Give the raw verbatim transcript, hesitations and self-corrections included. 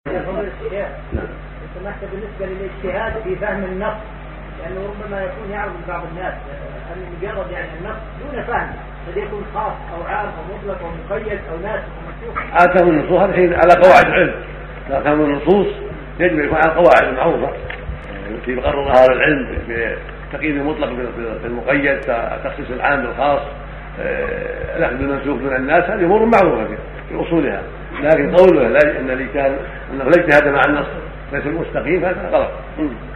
نعم. سمحت بالنسبة للاجتهاد في فهم النص، لأنه ربما يكون يعرض بعض الناس أن مجرد يعني النص دون فهم قد يكون خاص أو عام أو مطلق أو مقيد أو ناسخ أو منسوخ. آتم النصوص هذا شيء على قواعد العلم، آتم النصوص يجب أن يكون على قواعد معروفة التي يقررها أهل العلم بتقييد المطلق بالمقيد، تخصيص العام بالخاص، الأخذ بالمنسوخ من الناس، هذه أمور معروفة في أصولها. لكن قوله لا ان الاجتهاد انه لا اجتهاد مع النص ليس المستقيم هذا غلط.